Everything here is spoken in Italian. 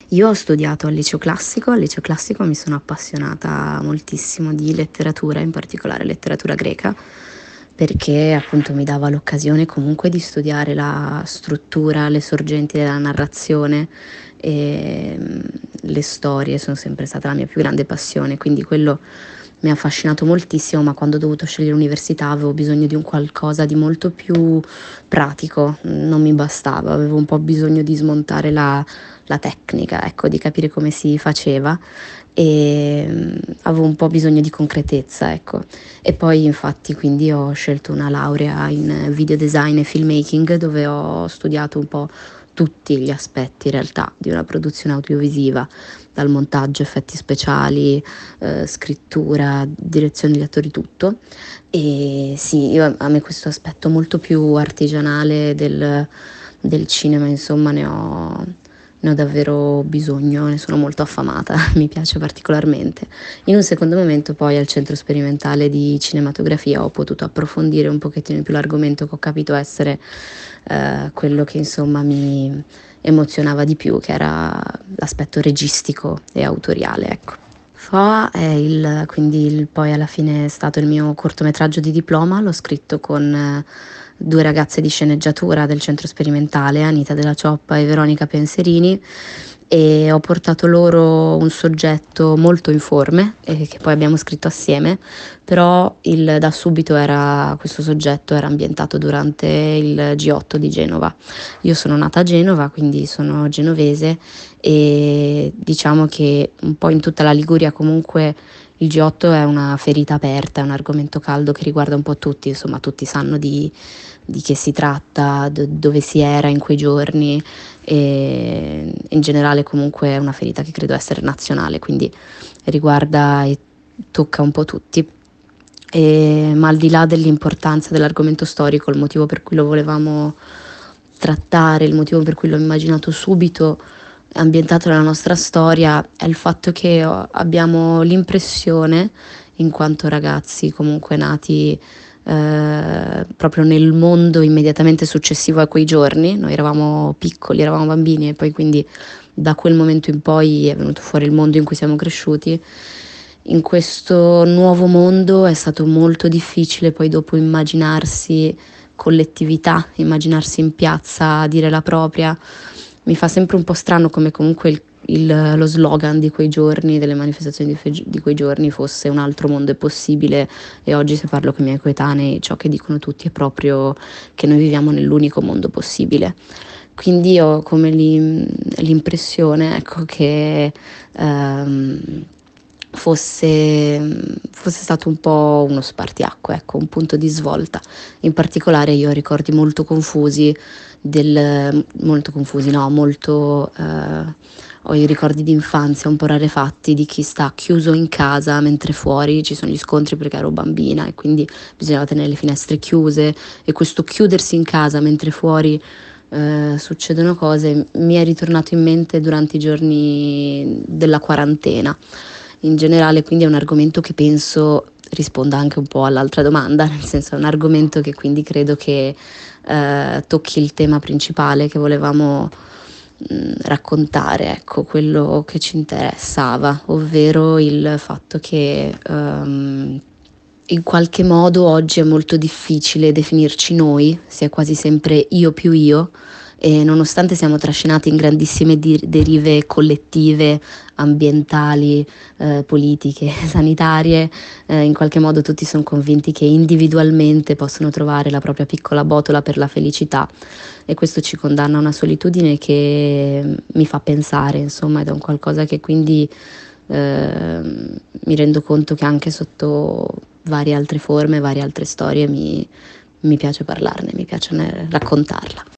Io ho studiato al liceo classico mi sono appassionata moltissimo di letteratura, in particolare letteratura greca, perché appunto mi dava l'occasione comunque di studiare la struttura, le sorgenti della narrazione e le storie sono sempre stata la mia più grande passione, quindi quello mi ha affascinato moltissimo, ma quando ho dovuto scegliere università avevo bisogno di un qualcosa di molto più pratico, non mi bastava, avevo un po' bisogno di smontare la tecnica, ecco, di capire come si faceva e avevo un po' bisogno di concretezza, ecco. E poi infatti quindi ho scelto una laurea in video design e filmmaking dove ho studiato un po' tutti gli aspetti in realtà di una produzione audiovisiva, dal montaggio, effetti speciali, scrittura, direzione degli attori, tutto. E sì, a me questo aspetto molto più artigianale del cinema, insomma, ne ho davvero bisogno, ne sono molto affamata, mi piace particolarmente. In un secondo momento poi al Centro Sperimentale di Cinematografia ho potuto approfondire un pochettino più l'argomento che ho capito essere quello che insomma mi emozionava di più, che era l'aspetto registico e autoriale, ecco. Foa è poi alla fine è stato il mio cortometraggio di diploma, l'ho scritto con due ragazze di sceneggiatura del centro sperimentale, Anita Della Cioppa e Veronica Penserini, e ho portato loro un soggetto molto informe che poi abbiamo scritto assieme, però da subito questo soggetto era ambientato durante il G8 di Genova. Io sono nata a Genova, quindi sono genovese e diciamo che un po' in tutta la Liguria comunque il G8 è una ferita aperta, è un argomento caldo che riguarda un po' tutti, insomma tutti sanno di che si tratta, dove si era in quei giorni e in generale comunque è una ferita che credo essere nazionale, quindi riguarda e tocca un po' tutti. Ma al di là dell'importanza dell'argomento storico, il motivo per cui lo volevamo trattare, il motivo per cui l'ho immaginato subito, ambientato nella nostra storia, è il fatto che abbiamo l'impressione, in quanto ragazzi comunque nati proprio nel mondo immediatamente successivo a quei giorni, noi eravamo piccoli, eravamo bambini e poi quindi da quel momento in poi è venuto fuori il mondo in cui siamo cresciuti. In questo nuovo mondo è stato molto difficile poi dopo immaginarsi collettività, immaginarsi in piazza a dire la propria. Mi fa sempre un po' strano come comunque lo slogan di quei giorni, delle manifestazioni di quei giorni fosse un altro mondo è possibile, e oggi se parlo con i miei coetanei ciò che dicono tutti è proprio che noi viviamo nell'unico mondo possibile. Quindi ho come l'impressione, ecco, che fosse stato un po' uno spartiacque, ecco, un punto di svolta. In particolare io ho ricordi molto confusi molto confusi, no, molto ho i ricordi di infanzia un po' rarefatti di chi sta chiuso in casa mentre fuori ci sono gli scontri perché ero bambina e quindi bisognava tenere le finestre chiuse, e questo chiudersi in casa mentre fuori succedono cose mi è ritornato in mente durante i giorni della quarantena. In generale, quindi è un argomento che penso risponda anche un po' all'altra domanda, nel senso è un argomento che quindi credo che tocchi il tema principale che volevamo raccontare, ecco, quello che ci interessava, ovvero il fatto che in qualche modo oggi è molto difficile definirci noi, si è quasi sempre io più io, e nonostante siamo trascinati in grandissime derive collettive, ambientali, politiche, sanitarie, in qualche modo tutti sono convinti che individualmente possono trovare la propria piccola botola per la felicità, e questo ci condanna a una solitudine che mi fa pensare, insomma, ed è un qualcosa che quindi mi rendo conto che anche sotto varie altre forme, varie altre storie mi piace parlarne, mi piace raccontarla.